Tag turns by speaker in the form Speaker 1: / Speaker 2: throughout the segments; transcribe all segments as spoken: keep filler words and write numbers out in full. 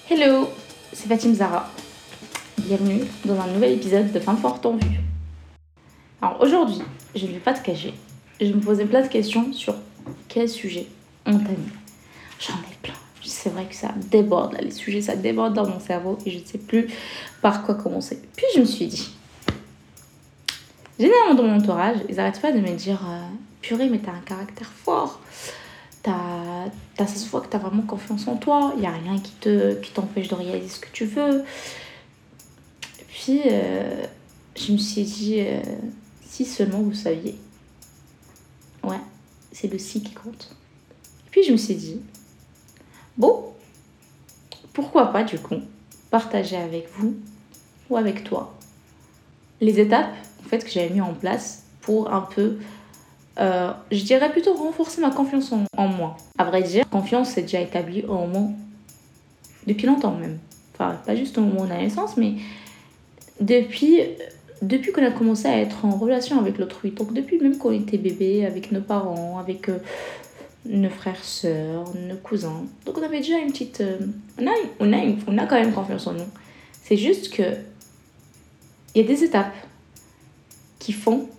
Speaker 1: Hello, c'est Fatim Zahra. Bienvenue dans un nouvel épisode de Femme Forte en Vue. Alors aujourd'hui, je ne vais pas te cacher, je me posais plein de questions sur quel sujet on t'a mis. J'en ai plein. C'est vrai que ça déborde là, les sujets, ça déborde dans mon cerveau et je ne sais plus par quoi commencer. Puis je me suis dit, généralement dans mon entourage, ils n'arrêtent pas de me dire euh, purée, mais t'as un caractère fort. T'as, t'as, ça se voit que tu as vraiment confiance en toi. Il n'y a rien qui, te, qui t'empêche de réaliser ce que tu veux. Et puis, euh, je me suis dit, euh, si seulement vous saviez. Ouais, c'est le si qui compte. Et puis, je me suis dit, bon, pourquoi pas, du coup, partager avec vous ou avec toi les étapes en fait, que j'avais mis en place pour un peu... Euh, je dirais plutôt renforcer ma confiance en, en moi. À vrai dire, confiance c'est déjà établie au moment, depuis longtemps même. Enfin, pas juste au moment de la naissance, mais depuis, depuis qu'on a commencé à être en relation avec l'autrui. Donc depuis même qu'on était bébé, avec nos parents, avec euh, nos frères, sœurs, nos cousins. Donc on avait déjà une petite... Euh, on, a, on, a une, on a quand même confiance en nous. C'est juste que il y a des étapes qui font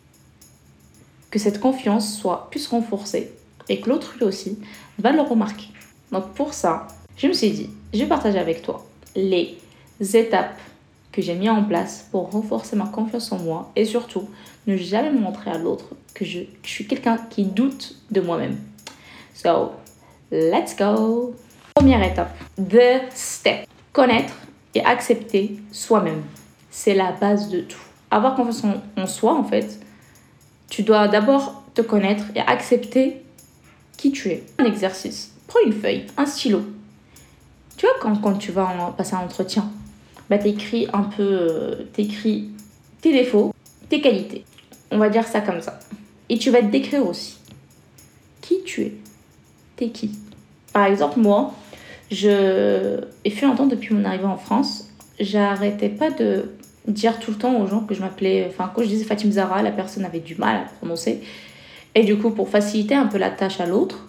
Speaker 1: que cette confiance soit plus renforcée et que l'autre lui aussi va le remarquer. Donc pour ça, je me suis dit, je vais partager avec toi les étapes que j'ai mis en place pour renforcer ma confiance en moi et surtout ne jamais montrer à l'autre que je, que je suis quelqu'un qui doute de moi-même. So, let's go! Première étape, the step. Connaître et accepter soi-même. C'est la base de tout. Avoir confiance en, en soi, en fait, tu dois d'abord te connaître et accepter qui tu es. Un exercice. Prends une feuille, un stylo. Tu vois, quand, quand tu vas en, passer un entretien, bah, t'écris un peu... Euh, t'écris tes défauts, tes qualités. On va dire ça comme ça. Et tu vas te décrire aussi. Qui tu es. T'es qui. Par exemple, moi, je... Et fut longtemps depuis mon arrivée en France, j'arrêtais pas de... dire tout le temps aux gens que je m'appelais... Enfin, quand je disais Fatim Zahra, la personne avait du mal à prononcer. Et du coup, pour faciliter un peu la tâche à l'autre,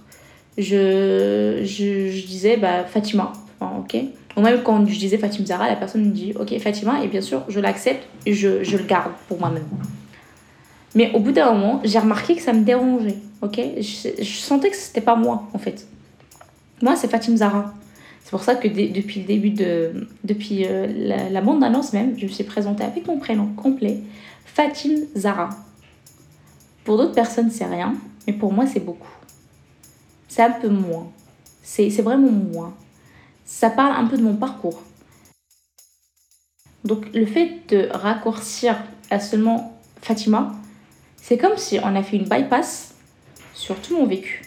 Speaker 1: je, je, je disais bah, Fatima. Enfin, ok. Ou même quand je disais Fatim Zahra, la personne me dit ok, Fatima. Et bien sûr, je l'accepte et je, je le garde pour moi-même. Mais au bout d'un moment, j'ai remarqué que ça me dérangeait. Ok. Je, je sentais que c'était pas moi, en fait. Moi, c'est Fatim Zahra. C'est pour ça que d- depuis le début de... Depuis euh, la, la bande-annonce même, je me suis présentée avec mon prénom complet, Fatim Zahra. Pour d'autres personnes, c'est rien, mais pour moi, c'est beaucoup. C'est un peu moins. C'est, c'est vraiment moins. Ça parle un peu de mon parcours. Donc, le fait de raccourcir à seulement Fatima, c'est comme si on a fait une bypass sur tout mon vécu.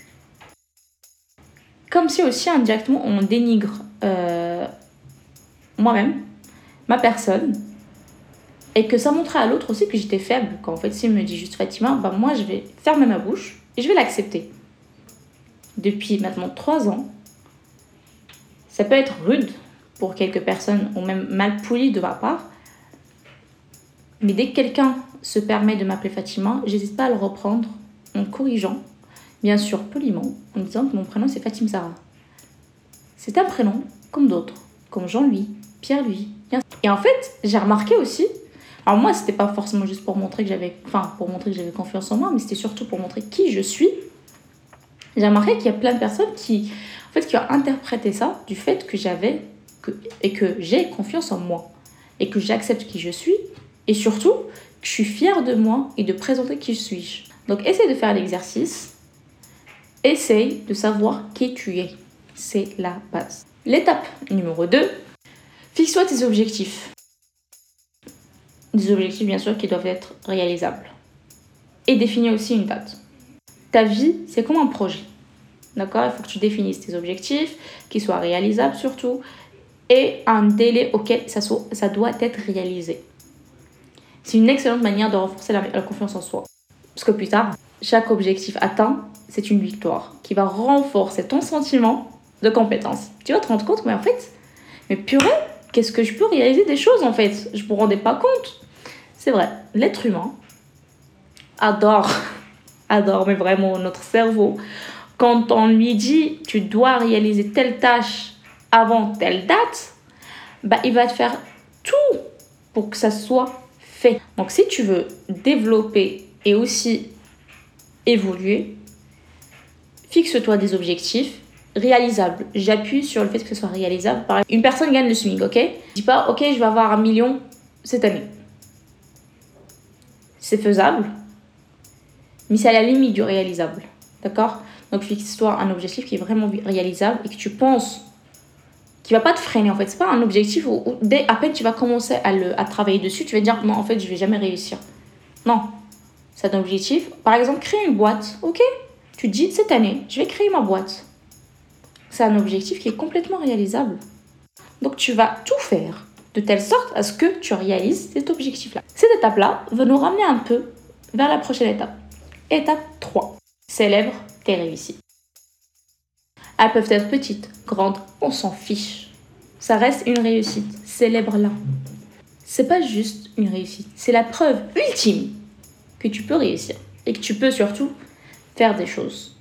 Speaker 1: Comme si aussi indirectement on dénigre euh, moi-même, ma personne, et que ça montrait à l'autre aussi que j'étais faible. Quand en fait, s'il me dit juste Fatima, bah moi je vais fermer ma bouche et je vais l'accepter. Depuis maintenant trois ans, ça peut être rude pour quelques personnes ou même mal poli de ma part, mais dès que quelqu'un se permet de m'appeler Fatima, j'hésite pas à le reprendre en corrigeant, bien sûr poliment, en disant que mon prénom c'est Fatim Zahra. C'est un prénom comme d'autres, comme Jean-Louis, Pierre-Louis. Et en fait, j'ai remarqué aussi, alors moi c'était pas forcément juste pour montrer que j'avais, enfin pour montrer que j'avais confiance en moi, mais c'était surtout pour montrer qui je suis. J'ai remarqué qu'il y a plein de personnes qui, en fait, qui ont interprété ça du fait que j'avais que, et que j'ai confiance en moi et que j'accepte qui je suis et surtout que je suis fière de moi et de présenter qui je suis. Donc essaye de faire l'exercice, essaye de savoir qui tu es. C'est la base. L'étape numéro deux, fixe-toi tes objectifs. Des objectifs bien sûr qui doivent être réalisables. Et définis aussi une date. Ta vie, c'est comme un projet. D'accord ? Il faut que tu définisses tes objectifs, qu'ils soient réalisables surtout, et un délai auquel ça, soit, ça doit être réalisé. C'est une excellente manière de renforcer la, la confiance en soi. Parce que plus tard, chaque objectif atteint, c'est une victoire qui va renforcer ton sentiment de compétence. Tu vas te rendre compte, mais en fait, mais purée, qu'est-ce que je peux réaliser des choses en fait ? Je ne me rendais pas compte. C'est vrai, l'être humain adore, adore, mais vraiment notre cerveau. Quand on lui dit tu dois réaliser telle tâche avant telle date, bah, il va te faire tout pour que ça soit fait. Donc, si tu veux développer et aussi évoluer, fixe-toi des objectifs réalisables. J'appuie sur le fait que ce soit réalisable. Par exemple, une personne gagne le SMIC, ok? Dis pas, ok, je vais avoir un million cette année. C'est faisable, mais c'est à la limite du réalisable, d'accord? Donc, fixe-toi un objectif qui est vraiment réalisable et que tu penses qui va pas te freiner, en fait. C'est pas un objectif où, où dès à peine tu vas commencer à, le, à travailler dessus, tu vas te dire, non, en fait, je vais jamais réussir. Non, c'est un objectif. Par exemple, créer une boîte, ok? Tu te dis, cette année, je vais créer ma boîte. C'est un objectif qui est complètement réalisable. Donc, tu vas tout faire de telle sorte à ce que tu réalises cet objectif-là. Cette étape-là va nous ramener un peu vers la prochaine étape. Étape trois. Célèbre tes réussites. Elles peuvent être petites, grandes, on s'en fiche. Ça reste une réussite. Célèbre-la. C'est pas juste une réussite, c'est la preuve ultime que tu peux réussir et que tu peux surtout faire des choses.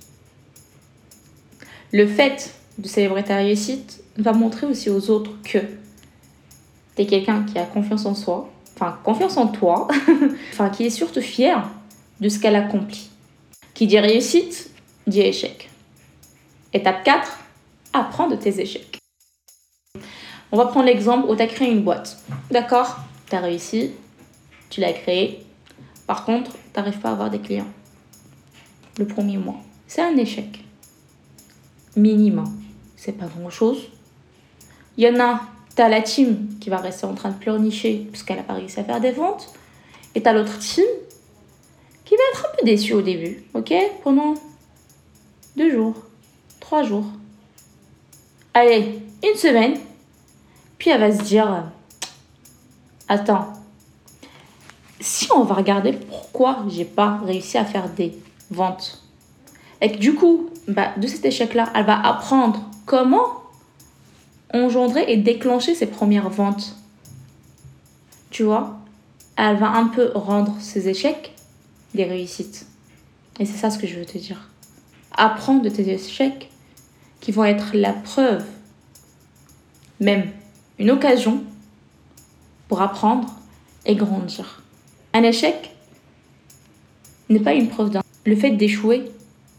Speaker 1: Le fait de célébrer ta réussite va montrer aussi aux autres que tu es quelqu'un qui a confiance en soi, enfin confiance en toi, enfin qui est surtout fier de ce qu'elle accomplit. Qui dit réussite, dit échec. Étape quatre, apprends de tes échecs. On va prendre l'exemple où tu as créé une boîte. D'accord? Tu as réussi, tu l'as créée. Par contre, tu n'arrives pas à avoir des clients le premier mois. C'est un échec. Minimum. C'est pas grand-chose. Il y en a, tu as la team qui va rester en train de pleurnicher parce qu'elle n'a pas réussi à faire des ventes. Et tu as l'autre team qui va être un peu déçue au début. Ok? Pendant deux jours, trois jours. Allez, une semaine. Puis elle va se dire, attends, si on va regarder pourquoi j'ai pas réussi à faire des ventes, et que du coup, bah, de cet échec-là, elle va apprendre comment engendrer et déclencher ses premières ventes. Tu vois, elle va un peu rendre ses échecs des réussites. Et c'est ça ce que je veux te dire. Apprends de tes échecs qui vont être la preuve, même une occasion pour apprendre et grandir. Un échec n'est pas une preuve d'un. Le fait d'échouer,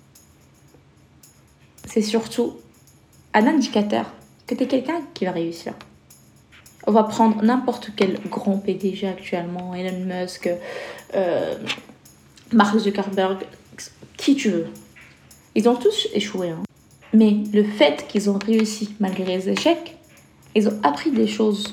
Speaker 1: c'est surtout un indicateur que tu es quelqu'un qui va réussir. On va prendre n'importe quel grand P D G actuellement, Elon Musk, euh, Mark Zuckerberg, qui tu veux. Ils ont tous échoué. Hein. Mais le fait qu'ils ont réussi malgré les échecs, ils ont appris des choses.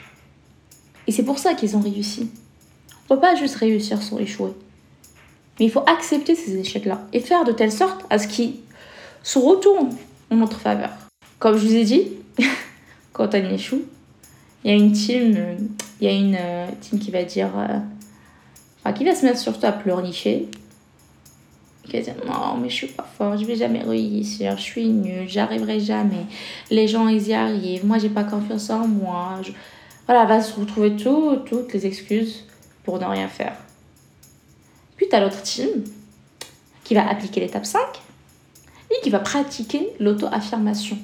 Speaker 1: Et c'est pour ça qu'ils ont réussi. On ne peut pas juste réussir sans échouer. Mais il faut accepter ces échecs-là et faire de telle sorte à ce qu'ils se retournent en notre faveur. Comme je vous ai dit, quand on échoue, il y a une team, il y a une euh, team qui va dire, euh, enfin, qui va se mettre surtout à pleurnicher. Qui va dire non, mais je suis pas fort, je vais jamais réussir, je suis nulle, j'arriverai jamais. Les gens, ils y arrivent, moi, j'ai pas confiance en moi. Je... Voilà, elle va se retrouver tout, toutes les excuses pour ne rien faire. Puis, tu as l'autre team qui va appliquer l'étape cinq et qui va pratiquer l'auto-affirmation.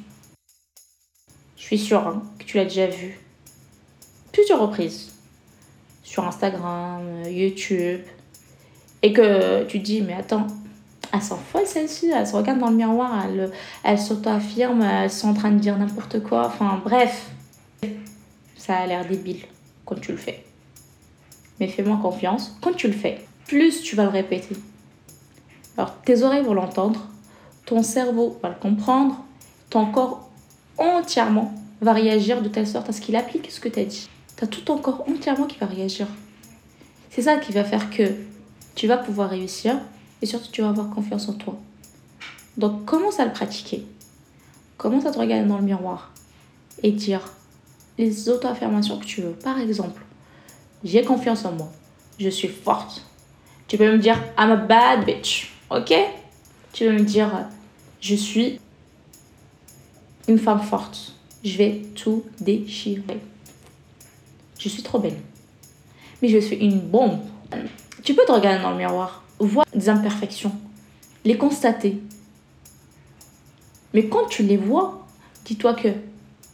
Speaker 1: Je suis sûre hein, que tu l'as déjà vu plusieurs reprises sur Instagram, YouTube, et que tu te dis, mais attends, elle s'en fout celle-ci, elle se regarde dans le miroir, elle, elle s'auto-affirme, elle est en train de dire n'importe quoi, enfin bref, ça a l'air débile quand tu le fais. Mais fais-moi confiance, quand tu le fais, plus tu vas le répéter. Alors tes oreilles vont l'entendre, ton cerveau va le comprendre, ton corps entièrement va réagir de telle sorte à ce qu'il applique ce que tu as dit. Tu as tout ton corps entièrement qui va réagir. C'est ça qui va faire que tu vas pouvoir réussir et surtout tu vas avoir confiance en toi. Donc commence à le pratiquer. Commence à te regarder dans le miroir et dire les auto-affirmations que tu veux. Par exemple, j'ai confiance en moi. Je suis forte. Tu peux me dire I'm a bad bitch. Ok? Tu peux me dire je suis une femme forte. Je vais tout déchirer. Je suis trop belle. Mais je suis une bombe. Tu peux te regarder dans le miroir, voir des imperfections, les constater. Mais quand tu les vois, dis-toi que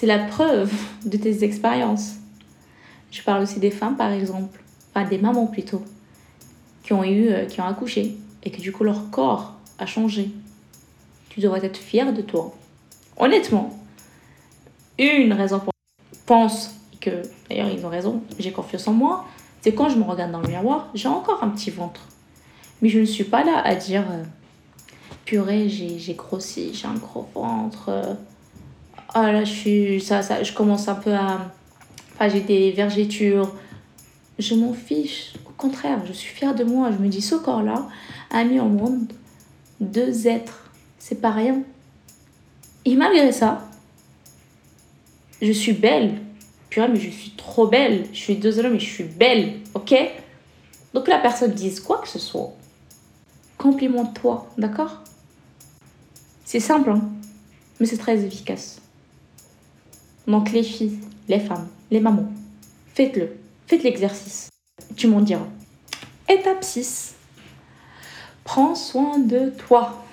Speaker 1: c'est la preuve de tes expériences. Je parle aussi des femmes, par exemple, enfin des mamans plutôt, qui ont eu, euh, qui ont accouché et que du coup leur corps a changé. Tu devrais être fière de toi. Honnêtement, une raison pour laquelle je pense que, d'ailleurs ils ont raison, j'ai confiance en moi, c'est quand je me regarde dans le miroir, j'ai encore un petit ventre. Mais je ne suis pas là à dire, euh, purée, j'ai, j'ai grossi, j'ai un gros ventre. Euh, ah là, je suis, ça, ça, je commence un peu à, enfin j'ai des vergetures. Je m'en fiche. Au contraire, je suis fière de moi. Je me dis, ce corps-là a mis au monde deux êtres. C'est pas rien. Et malgré ça, je suis belle. Purée, mais je suis trop belle. Je suis désolée, mais je suis belle. Ok? Donc la personne dise quoi que ce soit. Complimente-toi, d'accord? C'est simple, hein? Mais c'est très efficace. Donc les filles, les femmes, les mamans, faites-le. Faites l'exercice. Tu m'en diras. Étape six. Prends soin de toi.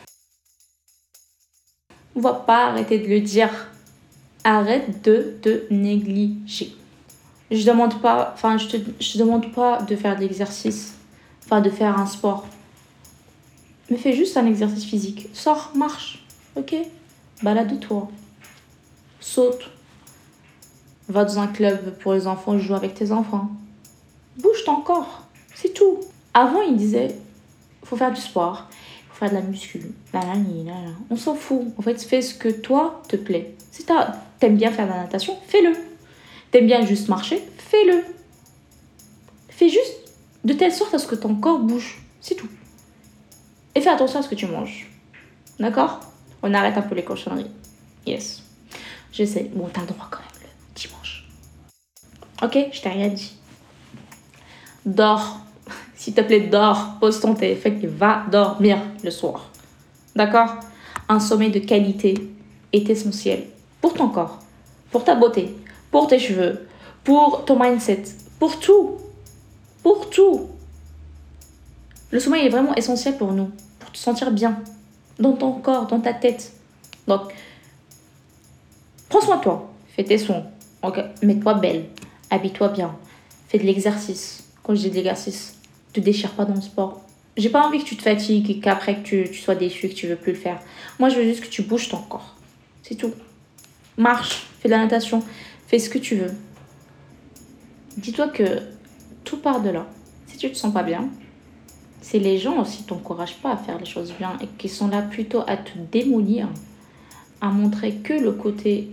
Speaker 1: On va pas arrêter de le dire. Arrête de te négliger. Je demande pas, enfin, je te, je te demande pas de faire de l'exercice, enfin, de faire un sport. Mais fais juste un exercice physique. Sors, marche, ok? Balade-toi. Saute. Va dans un club pour les enfants, joue avec tes enfants. Bouge ton corps. C'est tout. Avant, il disait, faut faire du sport, faut faire de la muscu. Là, là, là, là. On s'en fout. En fait, fais ce que toi te plaît. Si t'aimes bien faire de la natation, fais-le. T'aimes bien juste marcher, fais-le. Fais juste de telle sorte à ce que ton corps bouge. C'est tout. Et fais attention à ce que tu manges. D'accord? On arrête un peu les cochonneries. Yes. J'essaie. Bon, t'as le droit quand même le dimanche. Ok? Je t'ai rien dit. Dors. S'il te plaît, dors. Pose ton téléphone et va dormir le soir. D'accord? Un sommeil de qualité est essentiel pour ton corps, pour ta beauté, pour tes cheveux, pour ton mindset, pour tout. Pour tout. Le sommeil est vraiment essentiel pour nous, pour te sentir bien, dans ton corps, dans ta tête. Donc, prends soin de toi, fais tes soins, okay. Mets-toi belle, habille-toi bien, fais de l'exercice. Quand je dis de l'exercice, ne te déchire pas dans le sport. J'ai pas envie que tu te fatigues et qu'après que tu, tu sois déçu, que tu veux plus le faire. Moi, je veux juste que tu bouges ton corps. C'est tout. Marche, fais de la natation, fais ce que tu veux. Dis-toi que tout part de là. Si tu te sens pas bien, c'est les gens aussi qui t'encouragent pas à faire les choses bien et qui sont là plutôt à te démolir, à montrer que le côté,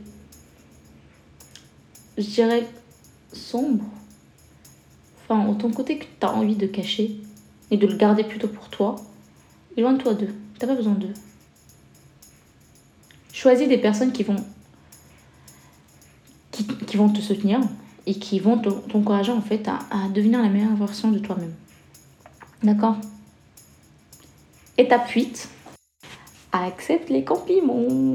Speaker 1: je dirais, sombre. Enfin, ton côté que tu as envie de cacher et de le garder plutôt pour toi. Éloigne-toi d'eux. T'as pas besoin d'eux. Choisis des personnes qui vont, qui, qui vont te soutenir et qui vont t'encourager en fait à, à devenir la meilleure version de toi-même. D'accord? Étape huit. Accepte les compliments.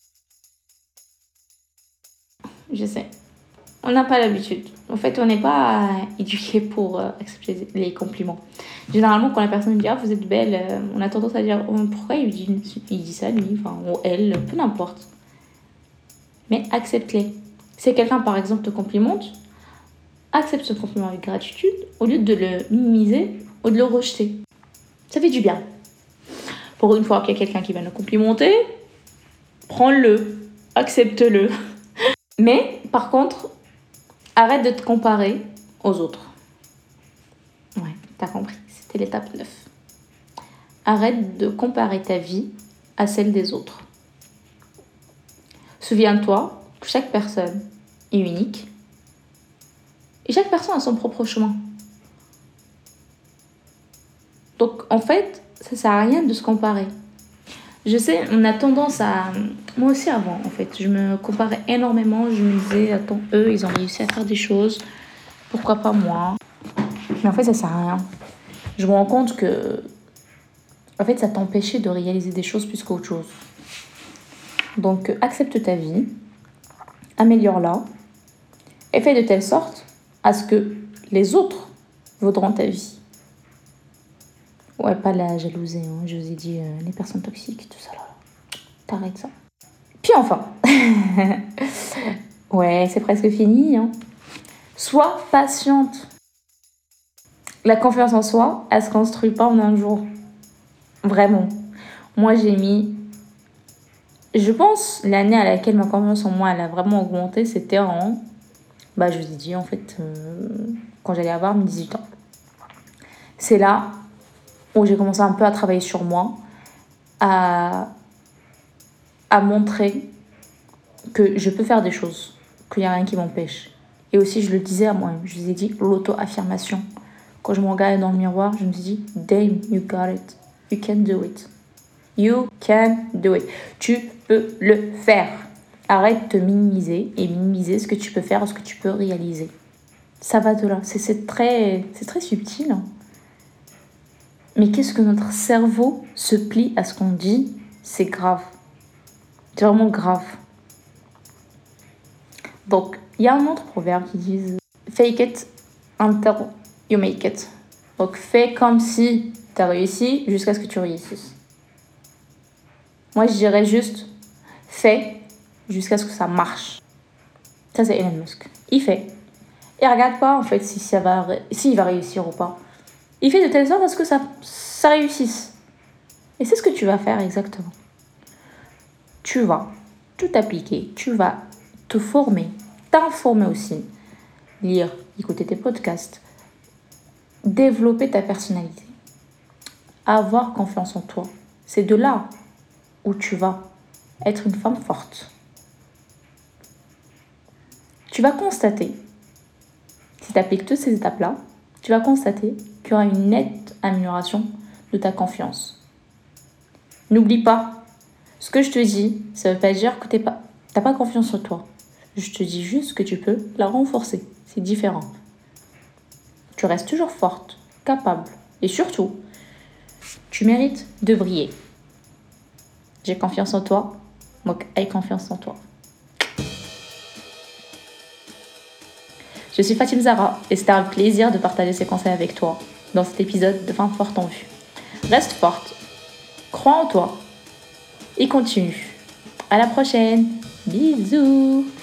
Speaker 1: Je sais. On n'a pas l'habitude. En fait, on n'est pas éduqué pour euh, accepter les compliments. Généralement, quand la personne dit « Ah, vous êtes belle euh, », on a tendance à dire oh, « Pourquoi il dit, il dit ça, lui ?» Enfin, ou elle, peu n'importe. Mais accepte-les. Si quelqu'un, par exemple, te complimente, accepte ce compliment avec gratitude au lieu de le minimiser ou de le rejeter. Ça fait du bien. Pour une fois qu'il y a quelqu'un qui vient nous complimenter, prends-le, accepte-le. Mais, par contre, arrête de te comparer aux autres. Ouais, t'as compris. C'était l'étape neuf. Arrête de comparer ta vie à celle des autres. Souviens-toi que chaque personne est unique et chaque personne a son propre chemin. Donc, en fait, ça sert à rien de se comparer. Je sais, on a tendance à... Moi aussi avant, en fait. Je me comparais énormément. Je me disais, attends, eux, ils ont réussi à faire des choses. Pourquoi pas moi? Mais en fait, ça sert à rien. Je me rends compte que... En fait, ça t'empêchait de réaliser des choses plus qu'autre chose. Donc, accepte ta vie. Améliore-la. Et fais de telle sorte à ce que les autres vaudront ta vie. Ouais, pas la jalousie, hein. Je vous ai dit, euh, les personnes toxiques, tout ça là. T'arrêtes ça. Puis enfin, Ouais, c'est presque fini. Hein. Sois patiente. La confiance en soi, elle se construit pas en un jour. Vraiment. Moi, j'ai mis... Je pense l'année à laquelle ma confiance en moi, elle a vraiment augmenté, c'était en... Bah, je vous ai dit, en fait, euh, quand j'allais avoir mes dix-huit ans. C'est là où j'ai commencé un peu à travailler sur moi, à, à montrer que je peux faire des choses, qu'il n'y a rien qui m'empêche. Et aussi, je le disais à moi-même, je vous ai dit l'auto-affirmation. Quand je me regardais dans le miroir, je me suis dit, damn, you got it. You can do it. You can do it. Tu peux le faire. Arrête de te minimiser et minimiser ce que tu peux faire, ce que tu peux réaliser. Ça va de là. C'est, c'est, très, c'est très subtil. Hein. Mais qu'est-ce que notre cerveau se plie à ce qu'on dit? C'est grave. C'est vraiment grave. Donc, il y a un autre proverbe qui dit fake it until you make it. Donc, fais comme si tu as réussi jusqu'à ce que tu réussisses. Moi, je dirais juste fais jusqu'à ce que ça marche. Ça, c'est Elon Musk. Il fait. Et regarde pas, en fait, si ça va, s'il va réussir ou pas. Il fait de telle sorte à ce que ça, ça réussisse. Et c'est ce que tu vas faire exactement. Tu vas tout appliquer. Tu vas te former, t'informer aussi. Lire, écouter tes podcasts. Développer ta personnalité. Avoir confiance en toi. C'est de là où tu vas être une femme forte. Tu vas constater, si tu appliques toutes ces étapes-là, tu vas constater qu'il y aura une nette amélioration de ta confiance. N'oublie pas, ce que je te dis, ça ne veut pas dire que tu n'as pas, pas confiance en toi. Je te dis juste que tu peux la renforcer. C'est différent. Tu restes toujours forte, capable et surtout, tu mérites de briller. J'ai confiance en toi, donc aie confiance en toi. Je suis Fatim Zahra et c'était un plaisir de partager ces conseils avec toi dans cet épisode de Femmes Fortes en Vue. Reste forte, crois en toi et continue. À la prochaine, bisous.